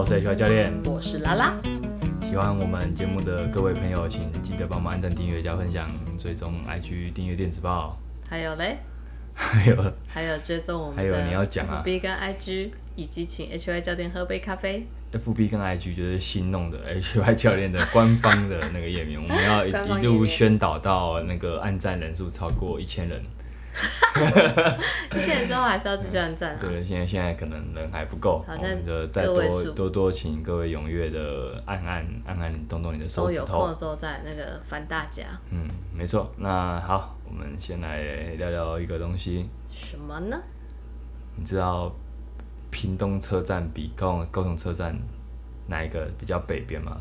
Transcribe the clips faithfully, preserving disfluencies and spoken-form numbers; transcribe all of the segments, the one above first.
我是 H Y 教练， 我是拉拉。 喜欢我们节目的各位朋友，请记得帮忙按赞、订阅、加分享，追踪 I G 订阅电子报。 还有嘞， 还有还有追踪我们的还有你要讲啊 F B 跟 I G， 以及请 H Y 教练喝杯咖啡。 F B 跟 I G 就是新弄的 H Y 教练的官方的那个页面，我们要 一, 一路宣导到那个按赞人数超过一千人。 一千人之后还是要继续按赞啊。 对，现在现在可能人还不够， 好像我们就再多多多请各位踊跃的按按按按动动你的手指头。 都有空的时候再那个翻大家。 嗯，没错。那好，我们先来聊聊一个东西。 什么呢？ 你知道屏东车站比高雄高雄车站哪一个比较北边吗？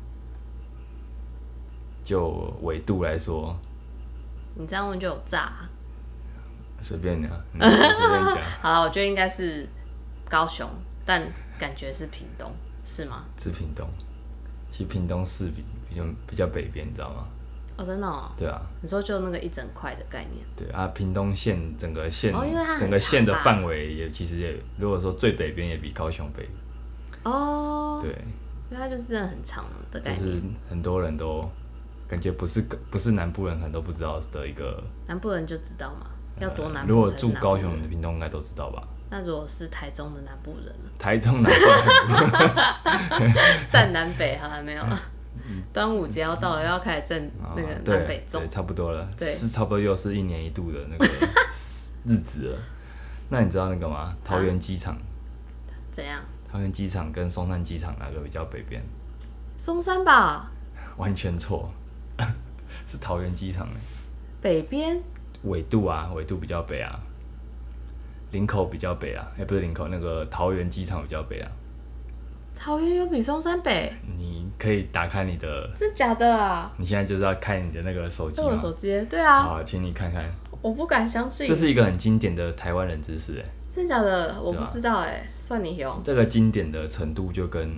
就纬度来说。 你这样问就有诈啊。 随便讲，你随便讲。 好了，我觉得应该是高雄，但感觉是屏东，是吗？ 是屏东，其实屏东市比比较比较北边，你知道吗？ 哦，真的哦。 对啊。 你说就那个一整块的概念。 对啊，屏东县整个县、 哦、 整个县的范围也其实也，如果说最北边也比高雄北。 哦。 对。 因为它就是真的很长的概念。 就是很多人都感觉不是不是南部人可能都不知道的一个。 南部人就知道嘛。要多南部、 呃、如果住高雄的屏东应该都知道吧？ 那如果是台中的南部人呢？ 台中南算南部， 站南北好还没有。端午节要到了，要开始站那个南北粽、 哦，对，差不多了， 对， 是差不多又是一年一度的那个日子了。那你知道那个吗？桃园机场、啊？ 怎样？ 桃园机场跟松山机场哪个比较北边？ 松山吧。 完全错，是桃园机场欸。 北边。 纬度啊，纬度比较北啊，林口比较北啊，哎、欸，不是林口，那个桃园机场比较北啊。 桃园有比松山北？ 你可以打开你的。 真假的啊？ 你现在就是要看你的那个手机吗？ 我的手机，对啊。 好，请你看看。 我不敢相信。 这是一个很经典的台湾人知识，哎。 真假的？我不知道哎，算你用。 这个经典的程度就跟，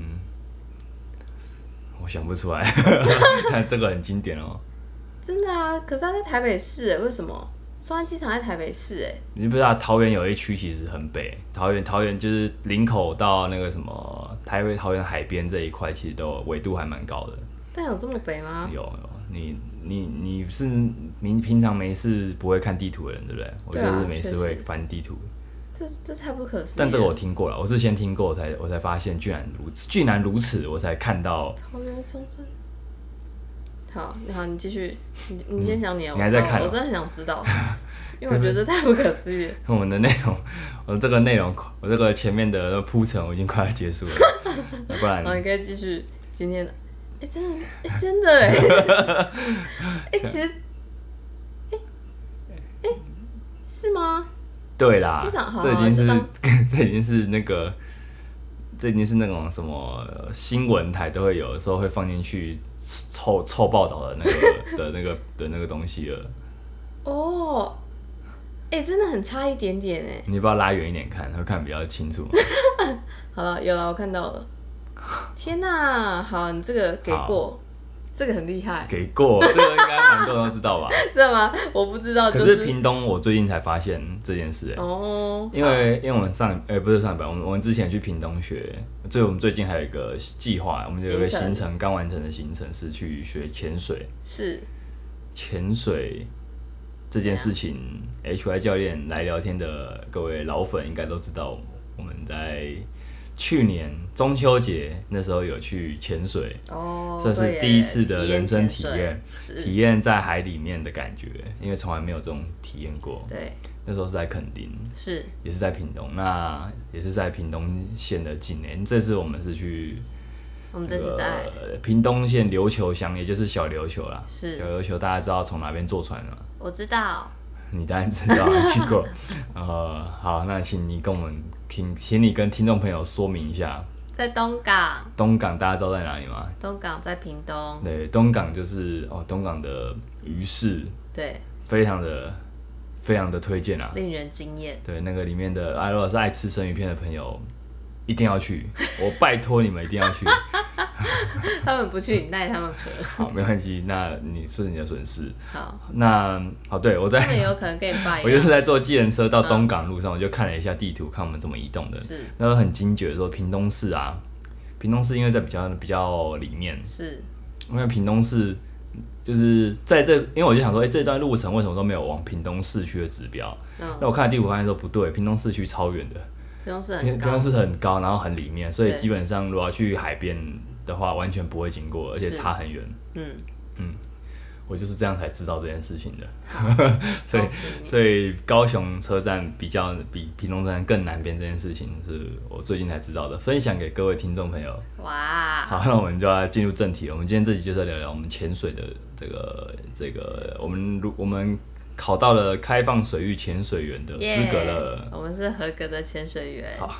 我想不出来，这个很经典哦。 真的啊，可是它在台北市哎，为什么？松山机场在台北市哎。 你不知道桃园有一区其实很北，桃园桃园就是林口到那个什么台北桃园海边这一块，其实都纬度还蛮高的。 但有这么北吗？ 有有，你你你是你平常没事不会看地图的人，对不对？我就是没事会翻地图。 这这太不可思议了。 但这个我听过了，我是先听过，我才我才发现居然如此，居然如此，我才看到。 桃园松山。好，好，你继续，你你先讲你的、嗯， 你还在看、喔？ 我真的很想知道，因为我觉得太不可思议。 我们的内容，我这个内容，我这个前面的铺陈，我已经快要结束了，要不然。 好，你可以继续今天的。哎、欸，真的，哎、欸，真的，哎，哎，其实，哎、欸，哎、欸，是吗？ 对啦，这已经是这已经是那个，这已经是那种什么新闻台都会有的时候会放进去。臭臭报道的那个的那个的那个东西了。 哦，哎、欸，真的很差一点点哎。 你要不要拉远一点看，会看比较清楚。 好了，有了，我看到了。天哪、啊，好，你这个给过，这个很厉害。 给过，这个应该蛮多人都知道吧？ 真的吗？我不知道、就是。 可是屏东，我最近才发现这件事哎。哦。因为因为我们上哎、欸、不是上班，我们我们之前去屏东学。所以我们最近还有一个计划，我们有一个行程刚完成的行程是去学潜水。 是。潜水这件事情 ，H Y 教练来聊天的各位老粉应该都知道，我们在去年中秋节那时候有去潜水，哦，这是第一次的人生体验，体验在海里面的感觉，因为从来没有这种体验过。 对。 那时候是在垦丁， 是， 也是在屏东，那也是在屏东县的境内。这次我们是去， 我们这次在屏东县琉球乡，也就是小琉球啦。 是小琉球，大家知道从哪边坐船吗？ 我知道。 你当然知道，你去过。呃，好，那请你跟我们听，请你跟听众朋友说明一下。 在东港。 东港大家知道在哪里吗？ 东港在屏东。 对，东港就是哦，东港的鱼市， 对， 非常的。非常的推荐啊， 令人惊艳。 对，那个里面的，啊，如果是爱吃生鱼片的朋友，一定要去，我拜托你们一定要去。 他们不去，你带他们喝。 好，没关系，那你是你的损失。 好， 那好，对我在， 他们也有可能跟你拜。 我就是在坐计程车到东港路上，嗯、我就看了一下地图，看我们怎么移动的。是，那时候很惊觉说，屏东市啊， 屏东市因为在比较比较里面， 是， 因为屏东市就是在这，因为我就想说，哎、欸，这段路程为什么都没有往屏东市区的指标？嗯，那我看了地图发现说不对，屏东市区超远的， 屏东市很高， 屏东市很高，然后很里面，所以基本上如果要去海边的话，完全不会经过，而且差很远。嗯嗯。我就是这样才知道这件事情的，所以所以高雄车站比较比屏东站更南边这件事情是我最近才知道的，分享给各位听众朋友。哇！好，那我们就要进入正题了。我们今天这集就是要聊聊我们潜水的这个这个，我们我们考到了开放水域潜水员的资格了。 Yeah, 我们是合格的潜水员。 好。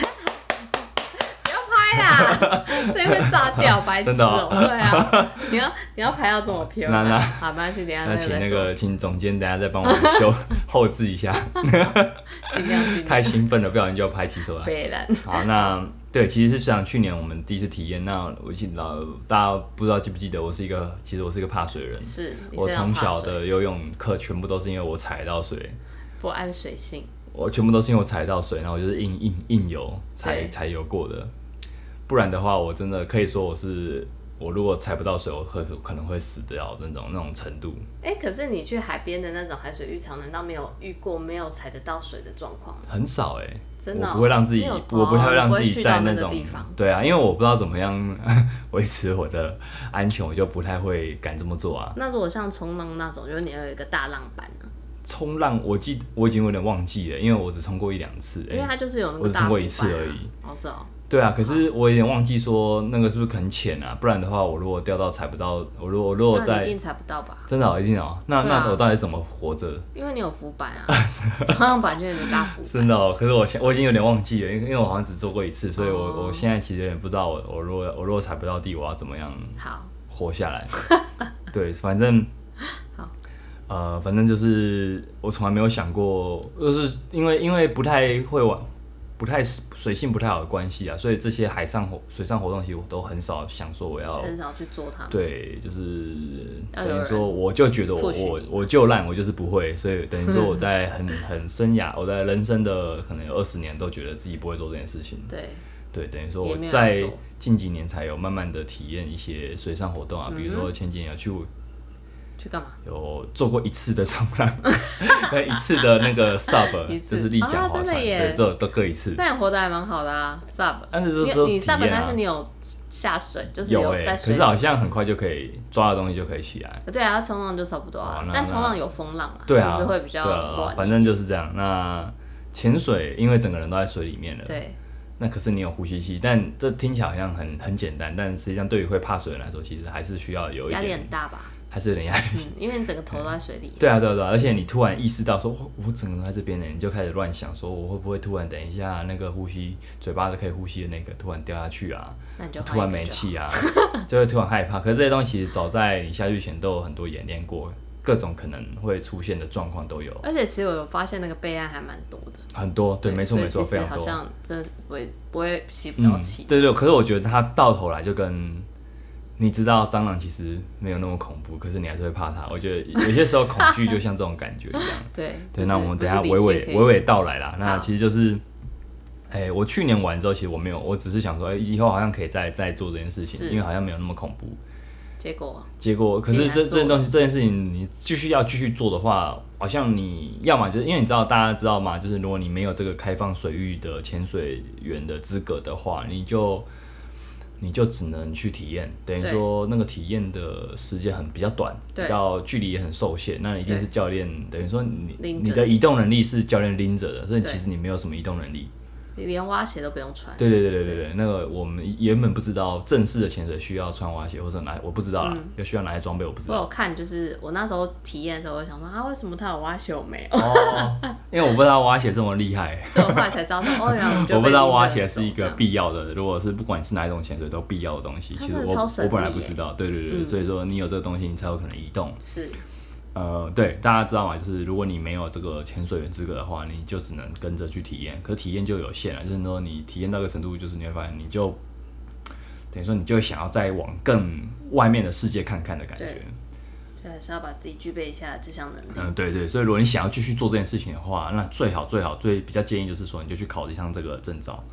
拍啊，所以会炸掉，白痴哦、喔。哦对啊，你要你要拍到这么漂亮。那那好，没关系，等一下那请那个请总监等一下再帮我们修后置一下。 尽量尽量。 太兴奋了，不小心就要拍起手来。好，那对，其实是想去年我们第一次体验。那我记得大家不知道记不记得，我是一个其实我是一个怕水人。 是。 我从小的游泳课全部都是因为我踩到水。 不按水性。我全部都是因为我踩到水，然后我就是硬硬硬游才才游过的。不然的话，我真的可以说我是，我如果踩不到水，我可可能会死掉那种那种程度。 哎、欸，可是你去海边的那种海水浴场，难道没有遇过没有踩得到水的状况吗？ 很少哎、欸， 真的、喔， 我不会让自己，我不太会让自己在那种， 那对啊，因为我不知道怎么样维持我的安全，我就不太会敢这么做啊。 那如果像冲浪那种，就是你要有一个大浪板呢？ 冲浪，我记我已经有点忘记了，因为我只冲过一两次、欸， 因为它就是有那个大、啊， 我只冲过一次而已。 哦，是哦。 对啊，可是我有点忘记说那个是不是很浅啊？不然的话，我如果掉到踩不到，我如果我如果在， 一定踩不到吧？ 真的、喔、一定哦、喔。那、啊、那我到底怎么活着？ 因为你有浮板啊，冲浪板就有点大浮板。 真的哦、喔，可是我我已经有点忘记了，因为因为我好像只做过一次，所以我、哦、我现在其实有点不知道我我如果我如果踩不到地，我要怎么样好活下来？对，反正好。呃，反正就是我从来没有想过，就是因为因为不太会玩，不太水性不太好的关系啊，所以这些海上活水上活动其实我都很少想说我要很少去做它们。对， 就是等于说我就觉得我我我就烂，我就是不会，所以等于说我在很很生涯，我在人生的可能有二十年都觉得自己不会做这件事情。 对对，等于说我在近几年才有慢慢的体验一些水上活动啊，比如说前几年有去。 去干嘛？ 有做过一次的冲浪，跟一次的那个 sub， 就是立桨划船，对，这都各一次。 那你活得还蛮好的啊 ，sub。 但是这都是你 sub， 但是你有下水，就是有在水。 可是好像很快就可以抓的东西就可以起来。 对啊，冲浪就差不多啊，但冲浪有风浪嘛， 对啊， 就是会比较乱。 反正就是这样。那潜水，因为整个人都在水里面了， 对。 那可是你有呼吸器，但这听起来好像很很简单，但实际上对于会怕水的人来说，其实还是需要有一点压力很大吧。 还是有点压力、 嗯，因为你整个头都在水里。 对啊，对啊，对啊，而且你突然意识到说，我我整个人在这边呢，你就开始乱想，说我会不会突然等一下那个呼吸嘴巴是可以呼吸的那个突然掉下去啊？ 那你就突然没气啊，就会突然害怕。可是这些东西其实早在你下去前都有很多演练过，各种可能会出现的状况都有。 而且其实我有发现那个备案还蛮多的。 很多，对，对没错没错，非常多。 好像真的不会不会吸不到气、 嗯。对对，可是我觉得它到头来就跟。你知道蟑螂其实没有那么恐怖，可是你还是会怕它。我觉得有些时候恐惧就像这种感觉一样。 对对，那我们等一下娓娓娓娓道来啦。那其实就是，哎、欸，我去年玩之后，其实我没有，我只是想说，哎、欸，以后好像可以再再做这件事情，因为好像没有那么恐怖。 结果， 结果，可是这这件东西这件事情，你继续要继续做的话，好像你要么就是因为你知道大家知道吗？就是如果你没有这个开放水域的潜水员的资格的话，你就。你就只能去体验，等于说那个体验的时间很比较短，比较距离也很受限。那一定是教练，等于说你你的移动能力是教练拎着的，所以其实你没有什么移动能力。 你连蛙鞋都不用穿。 对对对对对对，那个我们原本不知道正式的潜水需要穿蛙鞋或者哪，我不知道啦，要、嗯、需要哪些装备我不知道。 我有看，就是我那时候体验的时候，我想说啊，为什么他有蛙鞋我没有？ 哦，因为我不知道蛙鞋这么厉害， 所以我后来才知道说，哦，原来我就我不知道蛙鞋是一个必要的，如果是不管是哪一种潜水都必要的东西。其实我我本来不知道，对对对，嗯、所以说你有这个东西，你才有可能移动。 是。 呃，对，大家知道嘛？就是如果你没有这个潜水员资格的话，你就只能跟着去体验，可是体验就有限了。就是说，你体验到一个程度，就是你会发现，你就等于说，你就会想要再往更外面的世界看看的感觉。 对，所以还是要把自己具备一下这项能力。 嗯，对对，所以如果你想要继续做这件事情的话，那最好最好最比较建议就是说，你就去考一项这个证照。 对，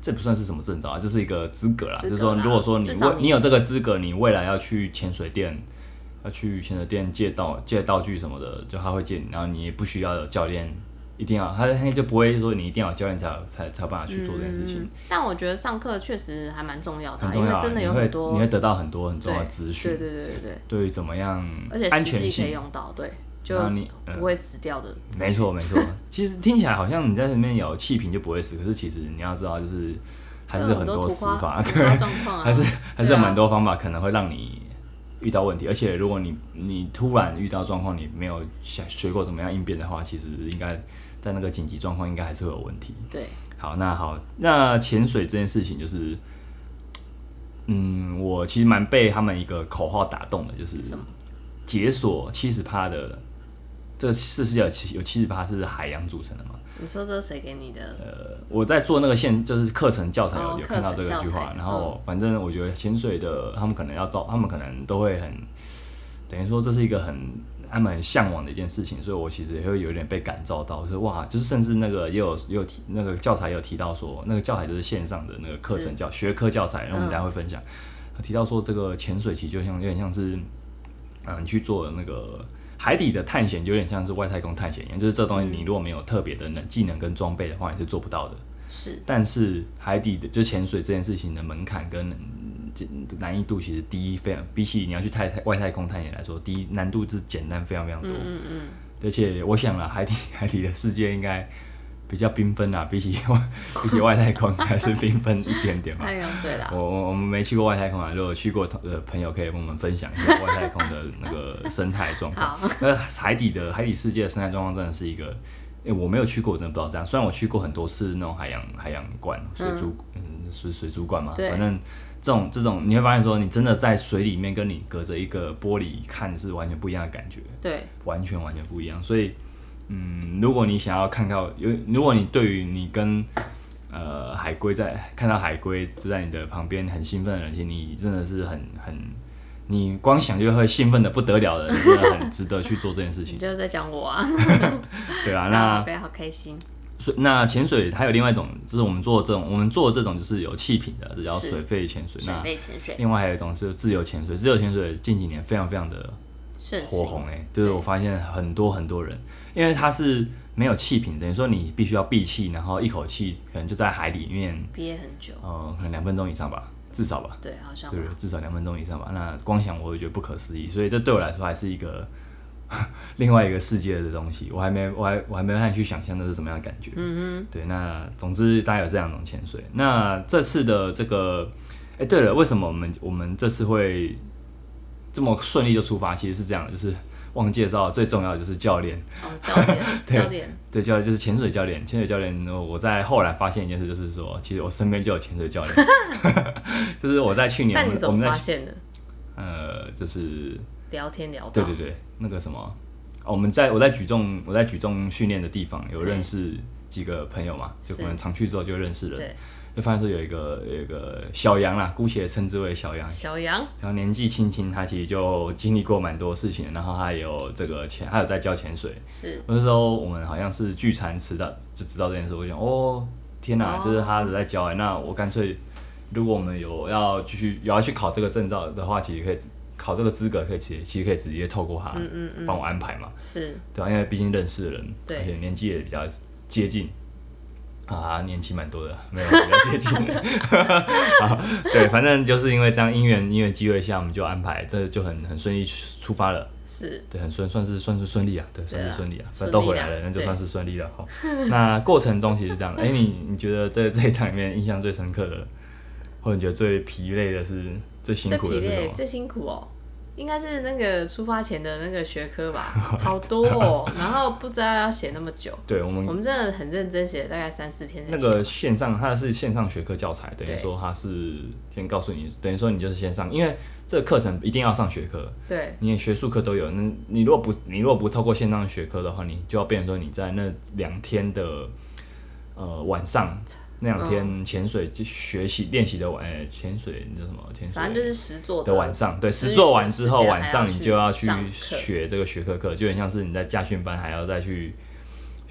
这不算是什么证照啊，就是一个资格啦。 资格啦就是说，如果说你至少你你有这个资格，你未来要去潜水店，要去潜水店借道借道具什么的，就他会借你，然后你也不需要有教练。一定要，他他就不会说你一定要有教练才有才才有办法去做这件事情。 嗯、但我觉得上课确实还蛮重要的、啊， 很重要、啊， 因为真的有很多你会你会得到很多很重要的资讯。 对对对对对。 对于怎么样而且安全性实际可以用到，对，就不会死掉的、嗯。 没错没错，其实听起来好像你在里面有气瓶就不会死，可是其实你要知道，就是还是有很多死法，对， 啊、 还是还是有蛮多方法可能会让你遇到问题，而且如果你你突然遇到状况，你没有学过怎么样应变的话，其实应该在那个紧急状况应该还是会有问题。 对， 好，那好，那潜水这件事情就是，嗯，我其实蛮被他们一个口号打动的，就是解锁七十趴的这个世界有七有七十趴是海洋组成的嘛？ 你说这是谁给你的？ 呃，我在做那个线，就是课程教材有、哦、有看到这个句话，然后嗯、 反正我觉得潜水的他们可能要招，他们可能都会很等于说这是一个很他们很向往的一件事情，所以我其实也会有点被感召到，说哇，就是甚至那个也有也有提那个教材也有提到说，那个教材就是线上的那个课程教学科教材，然后我们大家会分享，嗯、提到说这个潜水其实就像有点像是，嗯，你去做那个。海底的探险就有点像是外太空探险一样，就是这东西你如果没有特别的技能跟装备的话，你是做不到的。 是， 但是海底的就潜水这件事情的门槛跟难易度其实低，非常比起你要去太外太空探险来说，第一难度是简单非常非常多。嗯嗯嗯。而且我想了，海底海底的世界应该比较缤纷啦，比起比起外太空还是缤纷一点点吧。 哎呦，对啦。 我我我们没去过外太空啊，如果去过的朋友可以跟我们分享一下外太空的那个生态状况。那海底的海底世界的生态状况真的是一个，欸，我没有去过，我真的不知道这样。虽然我去过很多次那种海洋海洋馆、水族嗯水水族馆嘛，反正这种这种你会发现说，你真的在水里面跟你隔着一个玻璃看是完全不一样的感觉。对，完全完全不一样，所以。嗯，如果你想要看到，有如果你对于你跟呃海龟在看到海龟就在你的旁边很兴奋的人，其实你真的是很很，你光想就会兴奋的不得了的，真的很值得去做这件事情。 你就是在讲我啊？ 对啊，那对，好开心。 所以那潜水还有另外一种，就是我们做的这种，我们做的这种就是有气瓶的，这叫水肺潜水。 水肺潜水。 另外还有一种是自由潜水，自由潜水近几年非常非常的火红哎，欸，就是我发现很多很多人。因为它是没有气瓶，等于说你必须要闭气，然后一口气可能就在海里面憋很久， 呃，可能两分钟以上吧，至少吧。 对，好像对，至少两分钟以上吧。那光想我就觉得不可思议，所以这对我来说还是一个另外一个世界的东西，我还没我还我还没办法去想象那是什么样的感觉。嗯哼，对，那总之大家有这两种潜水。那这次的这个，哎，欸，对了，为什么我们我们这次会这么顺利就出发？其实是这样的，就是。忘介绍最重要的就是教练哦，教练，教练， 对，教练就是潜水教练。潜水教练，我在后来发现一件事，就是说，其实我身边就有潜水教练，就是我在去年， 但你怎么发现的？ 呃，就是聊天聊到， 对对对，那个什么，哦，我们在我在举重，我在举重训练的地方有认识几个朋友嘛，就可能常去之后就认识人。对。就发现说有一个有一个小杨啦，姑且称之为小杨。 小杨， 然后年纪轻轻，他其实就经历过蛮多事情，然后他有这个潜，他有在教潜水。是。那时候我们好像是聚餐吃到就知道这件事，我就想哦天哪，哦，就是他在教哎，那我干脆如果我们有要继续有要去考这个证照的话，其实可以考这个资格，可以直接其实可以直接透过他帮我安排嘛。是。对啊，因为毕竟认识的人，对，而且年纪也比较接近。啊，年纪蛮多的，没有比较接近的。好，对，反正就是因为这样因缘因缘机会下，我们就安排，这就很很顺利出发了。是，对，很顺，算是算是顺利啊，对，算是顺利啊，算都回来了，那就算是顺利了。好，那过程中其实这样，哎，欸，你你觉得在这一趟里面印象最深刻的，或者你觉得最疲累的是最辛苦的是什么？ 最辛苦哦。应该是那个出发前的那个学科吧，好多哦，然后不知道要写那么久。对，我们我们真的很认真写了大概三四天。 那个线上它是线上学科教材，等于说它是先告诉你，等于说你就是先上，因为这个课程一定要上学科。对，你学术课都有，那你如果不你如果不透过线上学科的话，你就要变成说你在那两天的呃晚上。那两天潜水就学习练习的晚，诶，潜水那叫什么？潜水， 反正就是实作的晚上，对，实作完之后，晚上你就要去学这个学科课，就很像是你在驾训班还要再去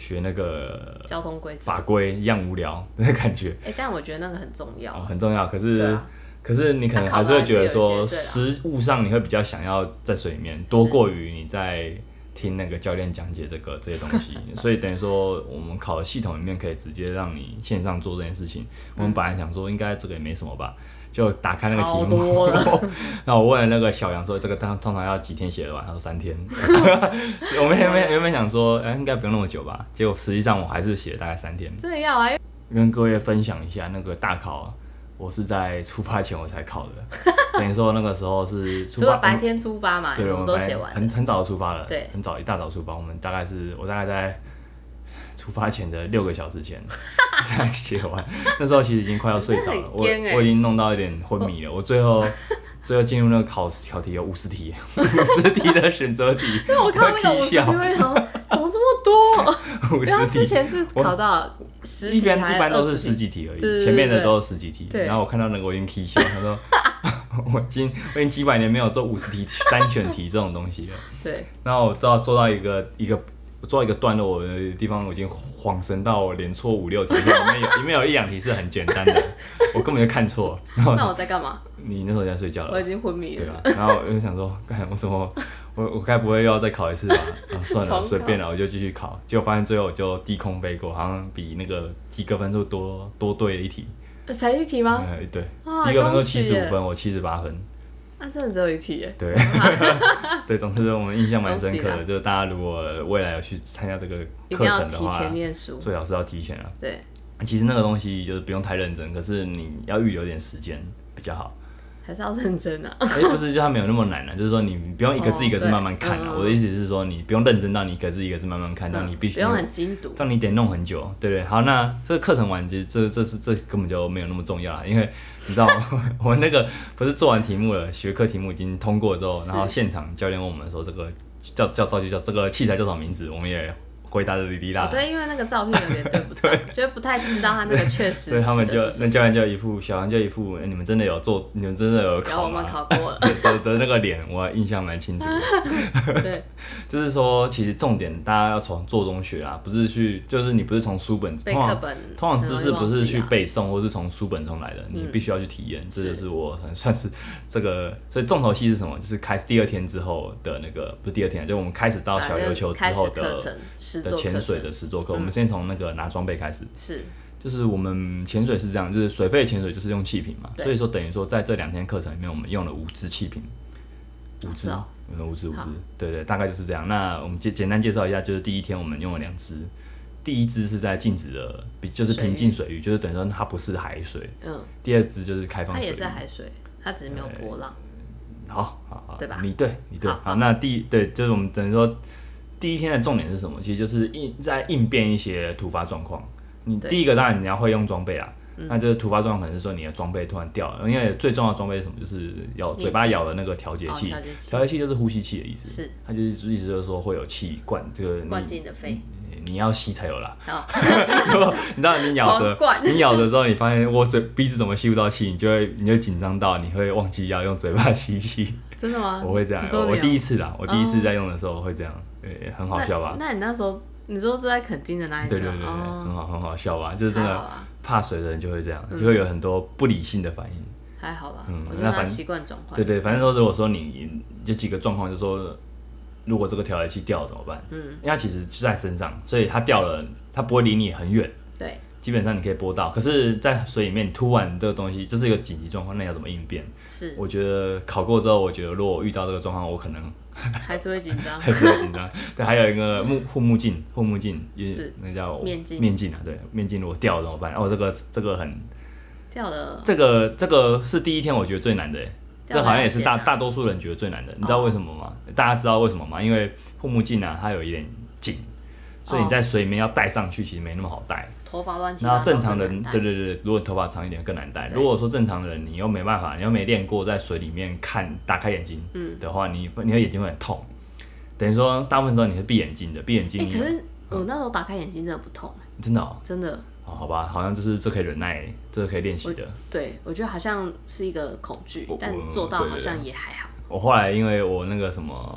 学那个交通规则法规一样无聊的感觉。 哎、欸，但我觉得那个很重要， 哦、很重要。可是、 啊、 可是你可能还是会觉得说，实物上你会比较想要在水里面，多过于你在听那个教练讲解这个这些东西。所以等于说，我们考的系统里面可以直接让你线上做这件事情。嗯、我们本来想说，应该这个也没什么吧。就打开那个题目，然后我问了那个小杨说：“这个通通常要几天写得完？”他说三天。我们原本原本想说，哎、欸，应该不用那么久吧？结果实际上我还是写了大概三天。 真的要啊！ 跟各位分享一下，那个大考，我是在出发前我才考的，等于说那个时候是出发， 除了白天出发嘛， 对， 什么时候写完？ 很很早就出发了， 对， 很早一大早出发。我们大概是我大概在出发前的六个小时前才写完，那时候其实已经快要睡着了，我我已经弄到有点昏迷了。我最后最后进入那个考考题有五十题，五十题的选择题。 因为我看到那个五十题，我想怎么这么多？ 五十题。 之前是考到十题， 一般一般都是十几题而已， 对对对， 前面的都是十几题。然后我看到那个我已经 K 笑，他说我已经我已经几百年没有做五十题单选题这种东西了。 对。 然后我做到做到一个一个。我做到一个段落的地方，我已经恍神到我连错五六题，里面有里面有一两题是很简单的，我根本就看错了。 那我在干嘛？ 你那时候在睡觉了。 我已经昏迷了。 对啊，然后我就想说，干我什么？我我该不会又要再考一次吧？啊，算了，随便了，我就继续考。结果发现最后我就低空飞过，好像比那个及格分数多多对了一题。 才一题吗？ 嗯，对，及格分数七十五分，我七十八分。 那、啊、真的只有一题耶。 对，对，总之我们印象蛮深刻的，就是大家如果未来有去参加这个课程的话，最好是要提前啊。 对， 其实那个东西就是不用太认真，可是你要预留点时间比较好。 还是要认真啊！ 哎、欸，不是，就它没有那么难啊，就是说你不用一个字一个字慢慢看啊。哦嗯、我的意思是说，你不用认真到你一个字一个字慢慢看，到、嗯、你必须不用很精读， 这样你得弄很久，对不对？好，那这个课程完，其实这这是这根本就没有那么重要啦，因为你知道我那个不是做完题目了，学科题目已经通过之后，然后现场教练问我们说这个叫叫道具叫这个器材叫什么名字，我们也回答的哩哩啦啦。 对，因为那个照片有点对不上，就不太知道他那个确实。 所以他们就那教练就一副小杨就一副、欸，你们真的有做，你们真的有考吗？ 有，我们考过了。 的的那个脸，我印象蛮清楚的。 对， 就是说，其实重点大家要从做中学啊，不是去，就是你不是从书本， 背课本， 通常知识不是去背诵，或是从书本中来的，你必须要去体验。嗯、这就是我很算是这个，所以重头戏是什么？就是开第二天之后的那个，不是第二天，就我们开始到小琉球之后的。的潜水的实作课、嗯，我们先从那个拿装备开始。是，就是我们潜水是这样，就是水肺潜水就是用气瓶嘛，所以说等于说在这两天课程里面，我们用了五支气瓶，五支，嗯，五支五支，对对，大概就是这样。那我们简简单介绍一下，就是第一天我们用了两支，第一支是在静止的，就是平静水域，就是等于说它不是海水，嗯，第二支就是开放水域， 它也是海水，它只是没有波浪。 好好好， 对吧？ 你对，你对，好，好那第对就是我们等于说。第一天的重点是什么？其实就是应在应变一些突发状况。你第一个当然你要会用装备啦，嗯、那这个突发状况可能是说你的装备突然掉了，因为最重要的装备是什么？就是咬嘴巴咬的那个调节器，调节器就是呼吸器的意思。是，它就是意思就是说会有气灌这个灌进你的肺， 你要吸才有啦。你知道你咬着你咬的时候，你发现我嘴鼻子怎么吸不到气，你就会你就紧张到你会忘记要用嘴巴吸气。 真的吗？ 我会这样，我第一次啦，我第一次在用的时候会这样。对，很好笑吧？ 那, 那你那时候，你说是在垦丁的那一次？ 对对对对，哦、很好很好笑吧？就是真的怕水的人就会这样，嗯、就会有很多不理性的反应。 还好吧，嗯，我觉得他习惯转换。 对对，反正说如果说你有几个状况，就是说如果这个调节器掉了怎么办？嗯，因为它其实就在身上，所以它掉了，它不会离你很远。对。基本上你可以播到，可是，在水里面突然这个东西，这是一个紧急状况，那你要怎么应变？是，我觉得考过之后，我觉得如果我遇到这个状况，我可能还是会紧张， 还是会紧张。对，还有一个目护目镜，护目镜是那叫面镜， 面镜啊，对，面镜如果掉了怎么办？哦，这个这个很掉了， 这个这个是第一天我觉得最难的，这好像也是大大多数人觉得最难的，你知道为什么吗？哦、大家知道为什么吗？因为护目镜啊，它有一点紧，所以你在水里面要戴上去，其实没那么好戴。 头发乱七八糟， 然后正常人，对对对，如果头发长一点更难戴。如果说正常的人，你又没办法，你又没练过在水里面看打开眼睛的话，嗯、你你的眼睛会很痛。等于说大部分时候你是闭眼睛的，闭眼睛。 欸、可是我那时候打开眼睛真的不痛， 真的哦， 真的。 哦，好吧，好像就是这可以忍耐，这可以练习的。 对，我觉得好像是一个恐惧，但做到好像也还好。 我后来因为我那个什么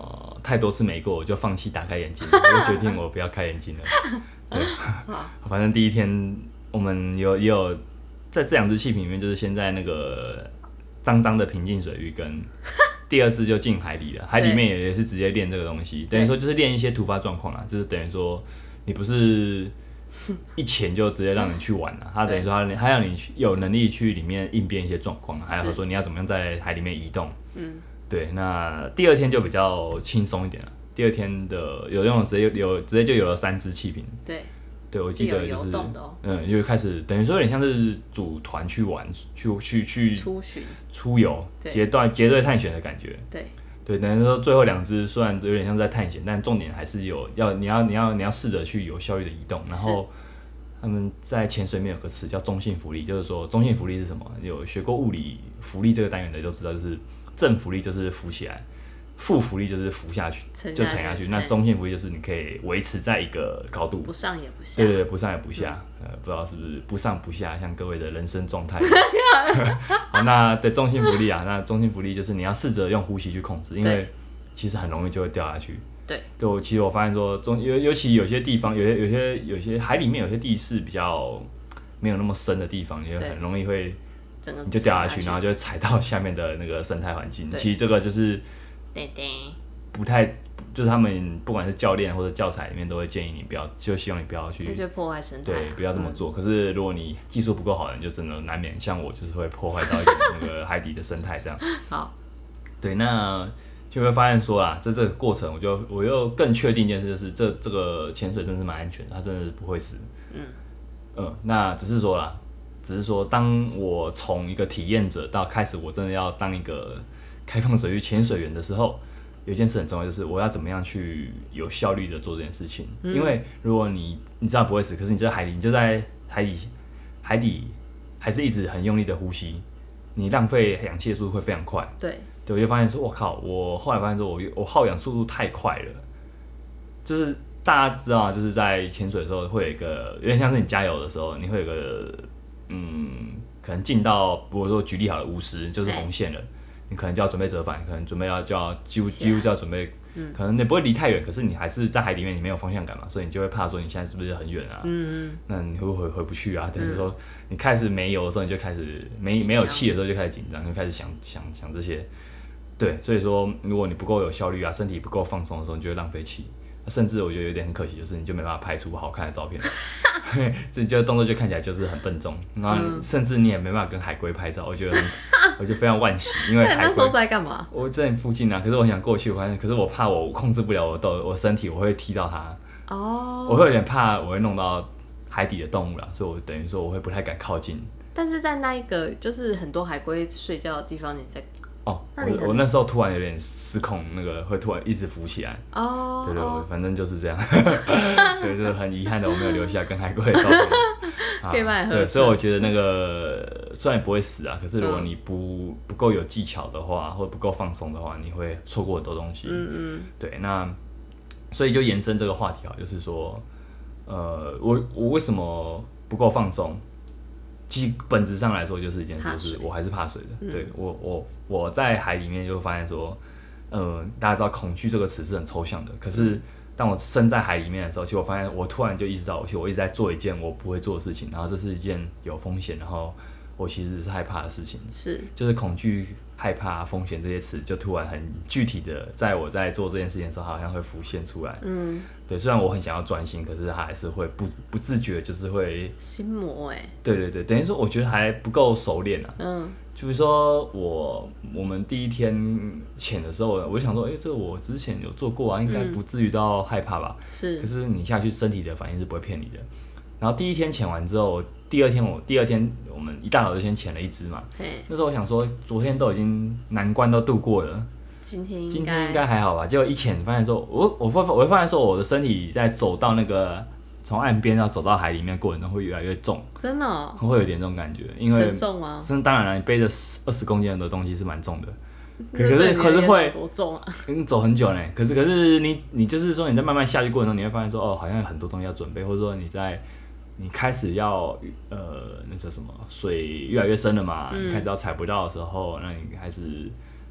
太多次没过，我就放弃打开眼睛，我就决定我不要开眼睛了。对，反正第一天我们有也有在这两只气瓶里面，就是先在那个脏脏的平静水域跟第二次就进海里了，海里面也是直接练这个东西，等于说就是练一些突发状况啦，就是等于说你不是一潜就直接让你去玩了，他等于说他他让你有能力去里面应变一些状况，还有说你要怎么样在海里面移动。嗯，对。那第二天就比较轻松一点了，第二天的有用直接有直接就有了三支气瓶。 对。 对，我记得就是，是哦、 嗯，就开始等于说有点像是组团去玩，去去去出巡、 出游、结队结队探险的感觉。 对， 对，等于说最后两支虽然有点像在探险，但重点还是有要你要你要你要试着去有效率的移动。然后他们在潜水里面有个词叫中性浮力，就是说中性浮力是什么？有学过物理浮力这个单元的都知道，就是正浮力就是浮起来。负浮力就是浮下去，就沉下去。那中性浮力就是你可以维持在一个高度， 不上也不下。 对对对，不上也不下。嗯、呃，不知道是不是不上不下，像各位的人生状态。好，那对中性浮力啊，那中性浮力就是你要试着用呼吸去控制，因为其实很容易就会掉下去。 对， 对，我其实我发现说中尤尤其有些地方，有些有些有些海里面有些地势比较没有那么深的地方，你很容易会你就掉下去，然后就会踩到下面的那个生态环境。其实这个就是。 对对， 不太就是他们不管是教练或者教材里面都会建议你不要，就希望你不要去， 就破坏生态， 对，不要这么做。嗯、可是如果你技术不够好的人，就真的难免像我，就是会破坏到一个那个海底的生态这样。好，对，那就会发现说啦，在这个过程，我就我又更确定一件事，就是这这个潜水真的是蛮安全的，它真的是不会死。嗯嗯，那只是说啦，只是说当我从一个体验者到开始，我真的要当一个。开放水域潜水员的时候，有一件事很重要，就是我要怎么样去有效率的做这件事情。嗯、因为如果你你知道不会死，可是你就在海里，你就在海底，海底还是一直很用力的呼吸，你浪费氧气的速度会非常快。对，对，我就发现说，我靠，我后来发现说我我耗氧速度太快了，就是大家知道，就是在潜水的时候会有一个有点像是你加油的时候，你会有个嗯，可能进到如果说举例好了五十就是红线了。你可能就要准备折返，可能准备要就要几乎几乎就要准备，嗯、可能你不会离太远，可是你还是在海里面，你没有方向感嘛，所以你就会怕说你现在是不是很远啊？嗯嗯。那你会不会回不去啊？等于说你开始没油的时候，你就开始没没有气的时候就开始紧张，就开始想想想这些。对，所以说如果你不够有效率啊，身体不够放松的时候，你就会浪费气。甚至我觉得有点很可惜，就是你就没办法拍出好看的照片，这就动作就看起来就是很笨重，然后甚至你也没办法跟海龟拍照，我觉得很我就非常惋惜，因为海龟。 那时候是在干嘛？ 我在你附近啊，可是我想过去，我发现，可是我怕我控制不了我的我身体，我会踢到它。哦。我会有点怕，我会弄到海底的动物啦，所以我等于说我会不太敢靠近。 但是在那一个就是很多海龟睡觉的地方，你在。 哦，我我那时候突然有点失控，那个会突然一直浮起来。哦，对对，我反正就是这样。对，就是很遗憾的，我没有留下跟海龟的照片。 可以帮你合对，所以我觉得那个虽然不会死啊，可是如果你不不够有技巧的话，或者不够放松的话，你会错过很多东西。嗯嗯。对，那所以就延伸这个话题啊，就是说，呃，我我为什么不够放松？其实本质上来说，就是一件事，就是我还是怕水的。嗯、对我，我我在海里面就发现说，呃，大家知道恐惧这个词是很抽象的，可是当我身在海里面的时候，其实我发现我突然就意识到，其实我一直在做一件我不会做的事情，然后这是一件有风险，然后我其实是害怕的事情。是，就是恐惧、害怕、风险这些词，就突然很具体的，在我在做这件事情的时候，好像会浮现出来。嗯。对，虽然我很想要专心，可是他还是会不不自觉，就是会心魔哎、欸。 对对对，等于说我觉得还不够熟练啊。嗯，就比如说我我们第一天潜的时候，我就想说，哎、欸，这个我之前有做过啊，应该不至于到害怕吧？嗯、是。可是你下去，身体的反应是不会骗你的。然后第一天潜完之后，第二天我第二天我们一大早就先潜了一只嘛。那时候我想说，昨天都已经难关都度过了。 今天应该今天应该还好吧？结果一潜发现说，我我我会发现说，我的身体在走到那个从岸边要走到海里面过程中会越来越重， 真的、哦， 会有点这种感觉，因为沉重吗？ 真当然了，你背着二十公斤的东西是蛮重的，可可是可是会多重啊？ 你走很久呢，可是可是你你就是说你在慢慢下去过程中，你会发现说，哦，好像有很多东西要准备，或者说你在你开始要呃那叫什么水越来越深了嘛，嗯、你开始要踩不到的时候，那你开始。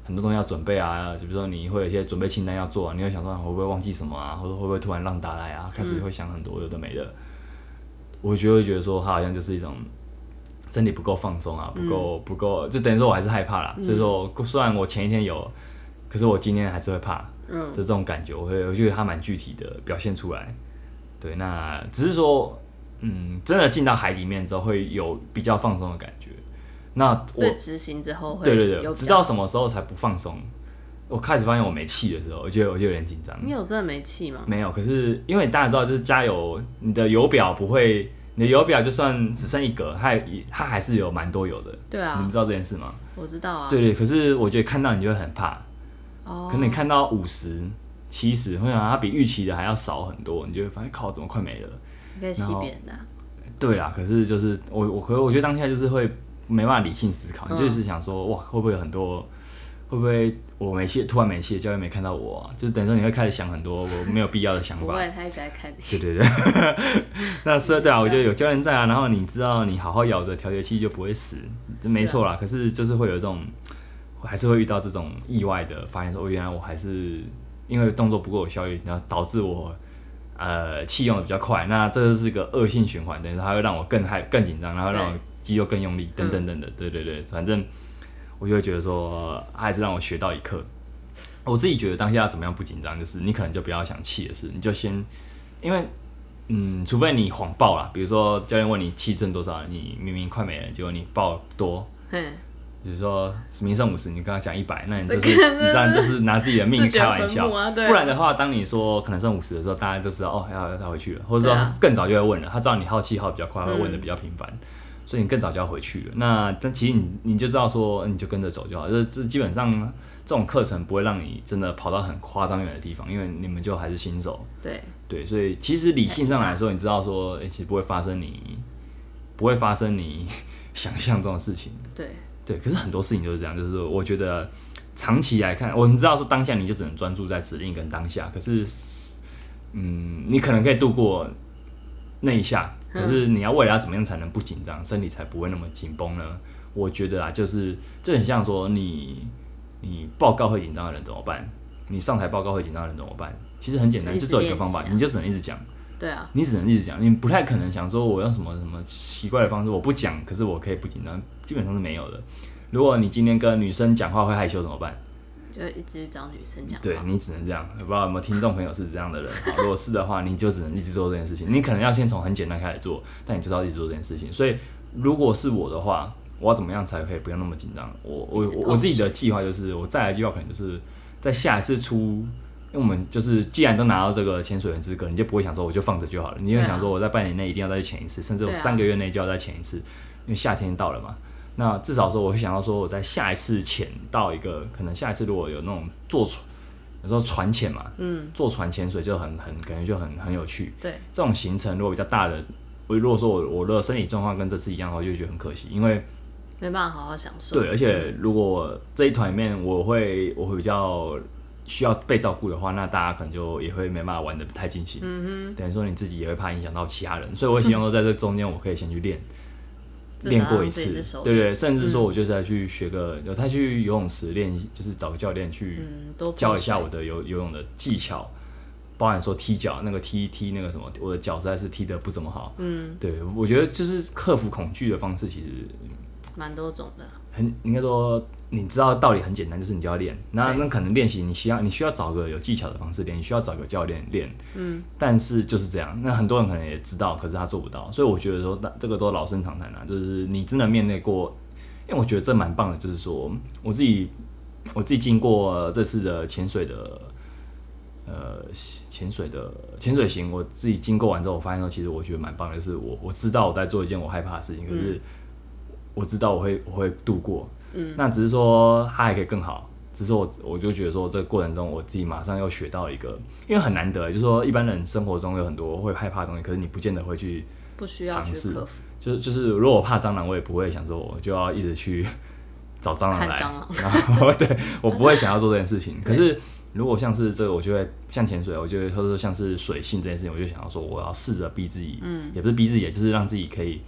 很多东西要准备啊，就比如说你会有一些准备清单要做啊，你会想说会不会忘记什么啊，或者会不会突然浪打来啊，开始会想很多有的没的。嗯、我就会觉得说，它好像就是一种身体不够放松啊，不够、嗯、不够，就等于说我还是害怕啦。嗯、所以说，虽然我前一天有，可是我今天还是会怕。嗯，的这种感觉，我会我觉得它蛮具体的表现出来。对，那只是说，嗯，真的进到海里面之后，会有比较放松的感觉。那我所以执行之后会对对对，直到什么时候才不放松？我开始发现我没气的时候，我觉得我就有点紧张。 你有真的没气吗？ 没有，可是因为大家知道，就是加油，你的油表不会，你的油表就算只剩一格，它它还是有蛮多油的。 对啊， 你们知道这件事吗？ 我知道啊。 对对，可是我觉得看到你就会很怕。哦。可能你看到五十、七十，会想它比预期的还要少很多，你就会发现靠，怎么快没了？ 你可以气别人的、啊。 对啦，可是就是我我可我觉得当下就是会没办法理性思考，你、嗯、就是想说哇，会不会有很多？会不会我没气，突然没气，教练没看到我、啊，就是等于说你会开始想很多我没有必要的想法。 不会，他一直在看你。 对对对，那所以对啊，我觉得有教练在啊，然后你知道你好好咬着调节器就不会死，这没错啦。啊、可是就是会有这种，还是会遇到这种意外的发现说，哦，原来我还是因为动作不够有效率，然后导致我呃气用的比较快，那这就是个恶性循环，等于说它会让我更害更紧张，然后让我肌肉更用力，等等等的，对对对，反正。我就会觉得说，还是让我学到一课。我自己觉得当下怎么样不紧张，就是你可能就不要想气的事，你就先，因为，嗯，除非你谎报啦，比如说教练问你气剩多少，你明明快没了，结果你报多，比如说明剩五十，你跟他讲一百，那你就是你这样就是拿自己的命开玩笑。 啊、 不然的话，当你说可能剩五十的时候，大家都知道哦，要要回去了，或者说更早就会问了，他知道你耗气耗比较快，会问的比较频繁。嗯，所以你更早就要回去了。那但其实你你就知道说，你就跟着走就好。就是这基本上这种课程不会让你真的跑到很夸张远的地方，因为你们就还是新手。 对对，所以其实理性上来说，你知道说，欸、其实不会发生你不会发生你想象中的事情。 对对，可是很多事情就是这样，就是我觉得长期来看，我们知道说当下你就只能专注在指令跟当下，可是嗯，你可能可以度过那一下。可是你要为了要怎么样才能不紧张，身体才不会那么紧绷呢？我觉得啊，就是这很像说你你报告会紧张的人怎么办？你上台报告会紧张的人怎么办？其实很简单，就只有一个方法，你就只能一直讲。 对啊， 你只能一直讲，你不太可能想说我用什么什么奇怪的方式，我不讲，可是我可以不紧张，基本上是没有的。如果你今天跟女生讲话会害羞怎么办？ 就一直去找女生讲话。 对，你只能这样。不知道有没有听众朋友是这样的人？好，如果是的话，你就只能一直做这件事情。你可能要先从很简单开始做，但你就要一直做这件事情。所以，如果是我的话，我要怎么样才可以不要那么紧张？我我我自己的计划就是，我再来的计划可能就是在下一次出，因为我们就是既然都拿到这个潜水员资格，你就不会想说我就放着就好了，你会想说我在半年内一定要再去潜一次，甚至我三个月内就要再潜一次，因为夏天到了嘛。那至少说，我会想到说，我在下一次潜到一个，可能下一次如果有那种坐船，有时候船潜嘛，嗯，坐船潜水就很很感觉就很很有趣。 对， 这种行程如果比较大的，我如果说我我的身体状况跟这次一样的话，就觉得很可惜，因为没办法好好享受。 对，而且如果这一团里面我会我会比较需要被照顾的话，那大家可能就也会没办法玩得太尽兴。嗯哼，等于说你自己也会怕影响到其他人，所以我希望说在这中间我可以先去练。练过一次，对对，甚至说我就是再去学个，有再去游泳池练，就是找个教练去教一下我的游游泳的技巧，包含说踢脚，那个踢踢那个什么，我的脚实在是踢得不怎么好。嗯，对，我觉得就是克服恐惧的方式，其实蛮多种的。 很应该说，你知道道理很简单，就是你就要练。那那可能练习，你需要你需要找个有技巧的方式练，你需要找个教练练。嗯，但是就是这样。那很多人可能也知道，可是他做不到。所以我觉得说，这个都老生常谈啦。就是你真的面对过，因为我觉得这蛮棒的。就是说，我自己我自己经过这次的潜水的呃潜水的潜水行，我自己经过完之后，我发现说，其实我觉得蛮棒的。就是我我知道我在做一件我害怕的事情，可是。嗯，我知道我会我会度过，嗯，那只是说它还可以更好，只是我我就觉得说这个过程中我自己马上又学到一个，因为很难得，就是说一般人生活中有很多会害怕的东西，可是你不见得会去不需要去克服， 就是就是如果我怕蟑螂，我也不会想说我就要一直去找蟑螂来， 看蟑螂然后对我不会想要做这件事情。可是如果像是这个，我就会像潜水，我就会或者说像是水性这件事情，我就想要说我要试着逼自己，嗯，也不是逼自己，就是让自己可以。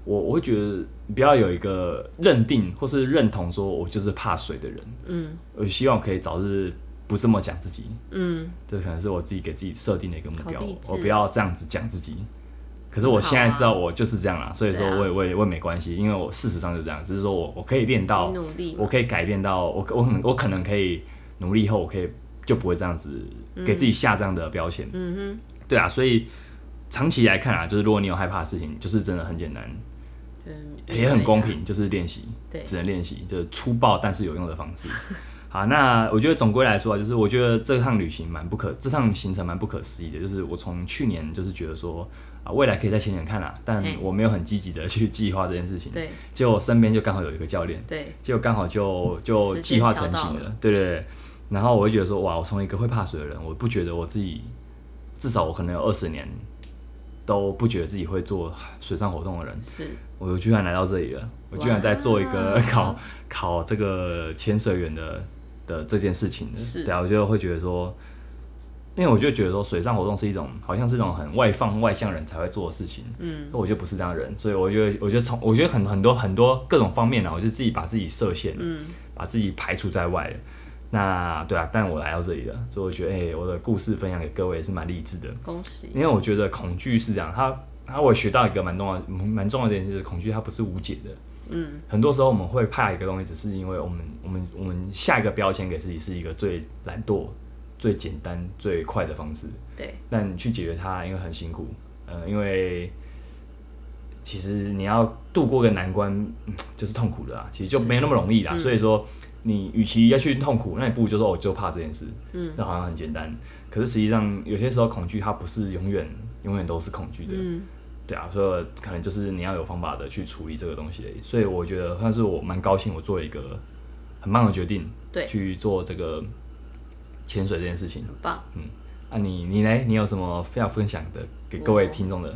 我我会觉得不要有一个认定或是认同说我就是怕水的人。嗯，我希望可以早日不这么讲自己。嗯，这可能是我自己给自己设定的一个目标，我不要这样子讲自己。可是我现在知道我就是这样啦，所以说我也我也我也没关系，因为我事实上就是这样，只是说我我可以练到，我可以改变到，我我可能我可能可以努力以后，我可以就不会这样子给自己下这样的标签。嗯哼，对啊，所以长期来看啊，就是如果你有害怕的事情，就是真的很简单，嗯，也很公平，就是练习，只能练习，就是粗暴但是有用的方式。好，那我觉得总归来说啊，就是我觉得这趟旅行蛮不可，这趟行程蛮不可思议的。就是我从去年就是觉得说啊，未来可以在前年看啦，但我没有很积极的去计划这件事情。对，结果我身边就刚好有一个教练，对，结果刚好就就计划成型了，对对对。然后我会觉得说，哇，我从一个会怕水的人，我不觉得我自己，至少我可能有二十年都不觉得自己会做水上活动的人，是，我居然来到这里了，我居然在做一个考考这个潜水员的。的这件事情的，对啊，我就会觉得说，因为我就觉得说，水上活动是一种好像是一种很外放、外向人才会做的事情，嗯，我就不是这样的人，所以我觉得，我觉得从我觉得很很多很多各种方面呢，我就自己把自己设限，嗯，把自己排除在外了。那对啊，但我来到这里了，所以我觉得，哎、欸，我的故事分享给各位也是蛮励志的，恭喜！因为我觉得恐惧是这样，它它我学到一个蛮重要、蛮重要的一点，就是恐惧它不是无解的。嗯，很多时候我们会怕一个东西，只是因为我们我们我们下一个标签给自己是一个最懒惰、最简单、最快的方式。对，但去解决它，因为很辛苦，呃，因为其实你要度过一个难关，嗯、就是痛苦的啦，其实就没那么容易啦。嗯、所以说，你与其要去痛苦，那你不如就说我就怕这件事，嗯，那好像很简单。可是实际上，有些时候恐惧它不是永远永远都是恐惧的。嗯，对啊，所以可能就是你要有方法的去处理这个东西而已。所以我觉得算是我蛮高兴，我做了一个很棒的决定，对，去做这个潜水这件事情，很棒。嗯，啊你你呢？你有什么要分享的给各位听众的？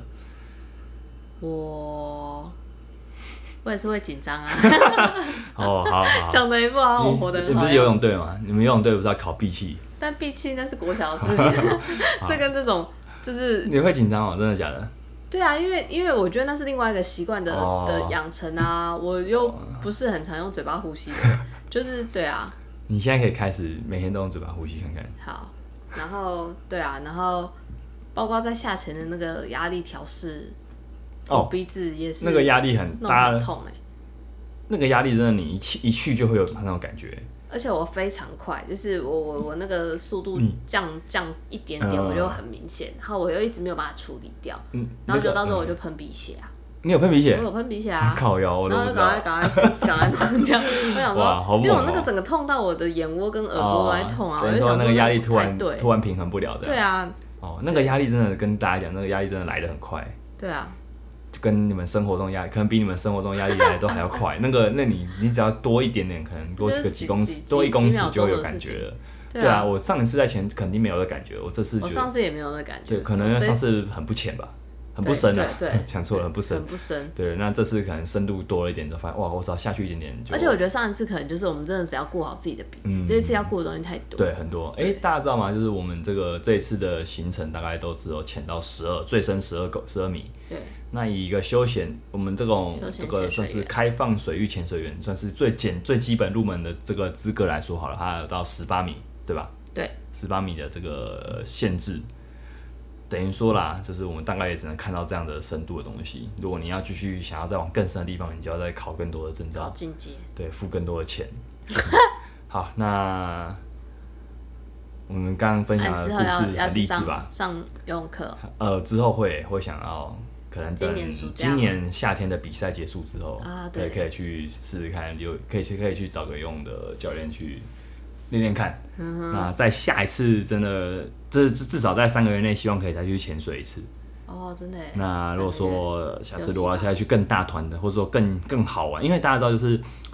我我也是会紧张啊。 哦，好好。 讲的一不好，我活得很好。 你不是游泳队吗？你们游泳队不是要考闭气？ 但闭气那是国小的事情，这跟这种就是你会紧张哦？真的假的？ 对啊，因为因为我觉得那是另外一个习惯的、oh. 的养成啊，我又不是很常用嘴巴呼吸的，就是对啊。 你现在可以开始每天都用嘴巴呼吸看看。 好，然后对啊，然后包括在下潜的那个压力调试，哦，鼻子也是那个压力很大， 很痛哎、欸。 那个压力真的，你一去一去就会有那种感觉。 而且我非常快，就是我我我那个速度降、嗯、降一点点，我就很明显，然后我又一直没有把它处理掉，嗯、然后就到时候我就喷鼻血啊。 你有喷鼻血？ 我有喷鼻血啊。 靠腰，我都不知道。 然后就赶快赶快赶快弄掉。我想说，哦、因为我那个整个痛到我的眼窝跟耳朵都在痛啊。 等于说那个压力突然突然平衡不了的。 对啊。 哦，那个压力真的跟大家讲，那个压力真的来得很快。 对啊。 跟你们生活中压力，可能比你们生活中压力来的都还要快。那个，那你你只要多一点点，可能多个几公尺，多一公尺就会有感觉了。对 啊, 对啊，我上一次在潜肯定没有的感觉，我这次我上次也没有的感觉。 对，可能上次很不浅吧，很不深啊。 对，对讲错了，很不深。 很不深。 对，那这次可能深度多了一点，就发现哇，我只要下去一点点就。 而且我觉得上一次可能就是我们真的只要顾好自己的鼻子，嗯、这一次要顾的东西太多。 对，很多。哎、欸，大家知道吗？就是我们这个这一次的行程大概都只有潜到十二，最深十二公十二米。对。那以一个休闲，我们这种这个算是开放水域潜水员，算是最简最基本入门的这个资格来说好了，它有到十八米，对吧？ 对， 十八米的这个限制，等于说啦，就是我们大概也只能看到这样的深度的东西。如果你要继续想要再往更深的地方，你就要再考更多的证照， 考进阶， 对，付更多的钱。好，那我们刚刚分享的故事很励志吧？ 上游泳课， 呃，之后会会想要。可能等今年夏天的比赛结束之后，啊、对，可以去试试看，有可以可以去找个游泳的教练去练练看。嗯、那在下一次真的，这至少在三个月内，希望可以再去潜水一次。 哦，真的耶。 那如果说下次如果要下去更大团的，或者说更更好玩，因为大家知道就是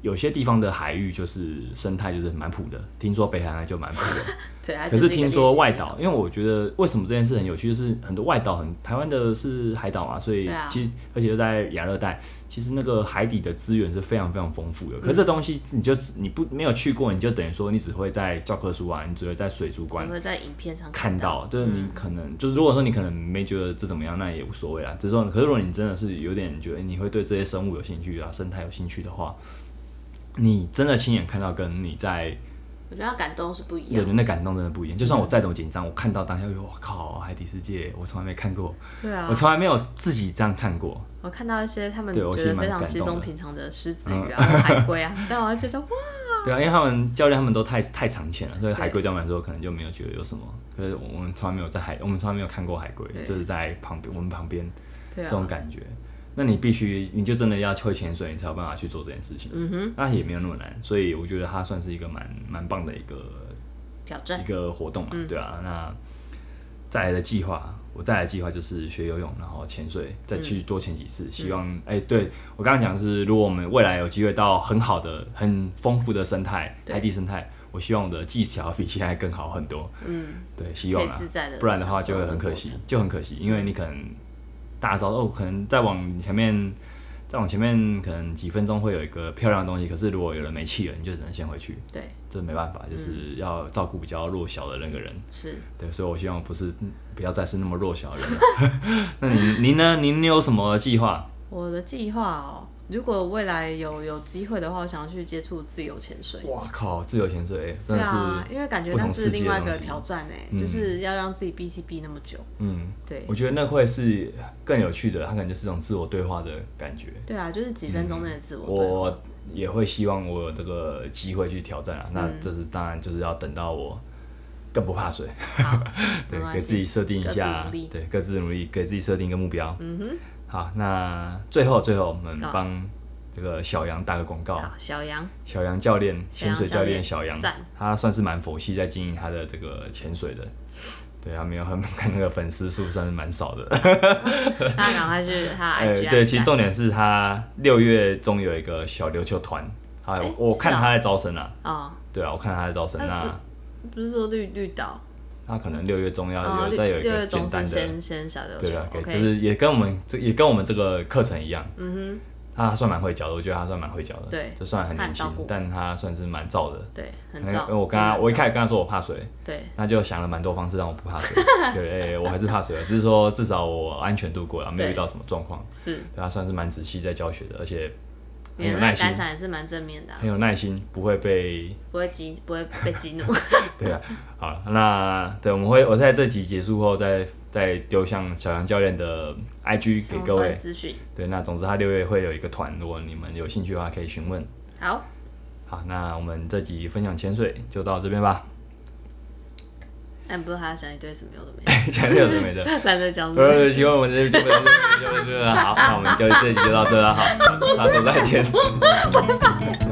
有些地方的海域就是生态就是蛮普的，听说北海岸就蛮普的。 对啊， 可是听说外岛，因为我觉得为什么这件事很有趣，就是很多外岛很台湾的是海岛嘛，所以其实、啊、而且又在亚热带，其实那个海底的资源是非常非常丰富的。可是这东西你就你不没有去过，你就等于说你只会在教科书啊，你只会在水族馆， 只会在影片上看到，就是你可能、 嗯、 就是如果说你可能没觉得这怎么样，那也无所谓啦。只是说，可是如果你真的是有点觉得你会对这些生物有兴趣啊，生态有兴趣的话，你真的亲眼看到跟你在。 我觉得他感动是不一样的， 对，那感动真的不一样。就算我再怎么紧张，我看到当下，我靠，海底世界，我从来没看过。 对啊， 我从来没有自己这样看过。 我看到一些他们觉得非常稀松平常的狮子鱼啊、 嗯、 海龟啊，但我就觉得哇。 对啊，因为他们教练他们都太太长浅了，所以海龟对我们来说可能就没有觉得有什么。可是我们从来没有在海，我们从来没有看过海龟，就是在旁边我们旁边这种感觉。那你必须，你就真的要会潜水，你才有办法去做这件事情。 嗯哼， 那也没有那么难，所以我觉得它算是一个蛮蛮棒的一个挑战， 一个活动嘛， 嗯、 对啊。那再来的计划，我再来的计划就是学游泳，然后潜水，再去多潜几次。嗯、希望，哎、欸，对我刚刚讲的是，如果我们未来有机会到很好的、很丰富的生态，海底生态，我希望我的技巧比现在更好很多。嗯，对，希望啊，不然的话就会很可惜，就很可惜，因为你可能。大家知道哦，可能再往前面，再往前面，可能几分钟会有一个漂亮的东西。可是如果有人没气了，你就只能先回去。 对， 这没办法，就是要照顾比较弱小的那个人。 是， 对，所以我希望不是不要再是那么弱小的人了。那您您呢？您有什么计划？ 我的计划哦，如果未来有有机会的话，我想要去接触自由潜水。 哇靠，自由潜水真的是， 对啊，因为感觉那是另外一个挑战哎，嗯、就是要让自己闭气闭那么久。嗯，对， 我觉得那会是更有趣的，它可能就是这种自我对话的感觉。 对啊，就是几分钟内的自我对话。 嗯、我也会希望我有这个机会去挑战啊，那这是当然就是要等到我。更不怕水，对，给自己设定一下，对，各自努力，给自己设定一个目标。嗯哼，好，那最后最后我们帮这个小杨打个广告。 好，小杨， 小杨教练，潜水教练小杨，他算是蛮佛系在经营他的这个潜水的。对，他没有很看那个粉丝数算是蛮少的。 他赶快去他 I G 呃，对，其实重点是他六月中有一个小琉球团，好，我看他在招生啊。哦。对啊，我看他在招生那。 不是说绿绿岛， 他可能六月中要有再有一个简单的， 先先小琉球， 对啊，就是也跟我们这也跟我们这个课程一样，嗯哼，他算蛮会教的，我觉得他算蛮会教的， 对， 就算很年轻，但他算是蛮燥的， 对，很燥。 我跟他，我一开始跟他说我怕水， 对， 他就想了蛮多方式让我不怕水，对，我还是怕水的，只是说至少我安全度过了，没有遇到什么状况， 是， 他算是蛮仔细在教学的，而且。 很有耐心，感想也是蛮正面的、啊。 很有耐心，不会被不会激不会被激怒。 对啊，好，那对我们会我在这集结束后再再丢向小杨教练的 I G 给各位资讯。 对，那总之他六月会有一个团，如果你们有兴趣的话可以询问。 好， 好，那我们这集分享潜水就到这边吧。 但不是还要讲一堆什么有的没的， 讲有的没的， 懒得讲。 呃，喜欢我们这就就就好，那我们就这集就到这了，好，下周再见。